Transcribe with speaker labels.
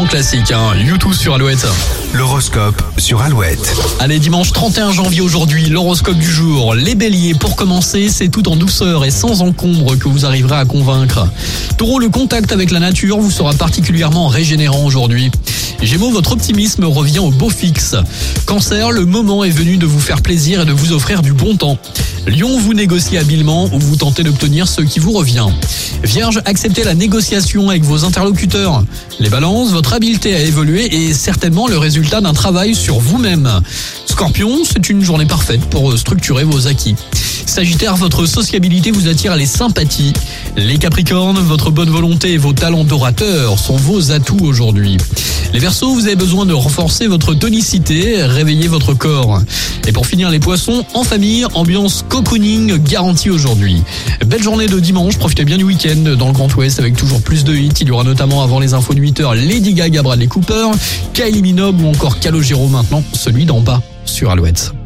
Speaker 1: grand classique, U2 sur Alouette.
Speaker 2: L'horoscope sur Alouette.
Speaker 1: Allez, dimanche 31 janvier aujourd'hui, l'horoscope du jour. Les béliers, pour commencer, c'est tout en douceur et sans encombre que vous arriverez à convaincre. Taureau, le contact avec la nature vous sera particulièrement régénérant aujourd'hui. Gémeaux, votre optimisme revient au beau fixe. Cancer, le moment est venu de vous faire plaisir et de vous offrir du bon temps. Lion, vous négociez habilement ou vous tentez d'obtenir ce qui vous revient. Vierge, acceptez la négociation avec vos interlocuteurs. Les balances, votre habileté à évoluer est certainement le résultat d'un travail sur vous-même. Scorpion, c'est une journée parfaite pour structurer vos acquis. Sagittaire, votre sociabilité vous attire les sympathies. Les Capricornes, votre bonne volonté et vos talents d'orateur sont vos atouts aujourd'hui. Les Verseaux, vous avez besoin de renforcer votre tonicité, réveiller votre corps. Et pour finir les Poissons, en famille, ambiance cocooning garantie aujourd'hui. Belle journée de dimanche, profitez bien du week-end dans le Grand Ouest avec toujours plus de hits. Il y aura notamment avant les infos de 8h Lady Gaga, Bradley Cooper, Kylie Minogue ou encore Calogero maintenant, celui d'en bas sur Alouette.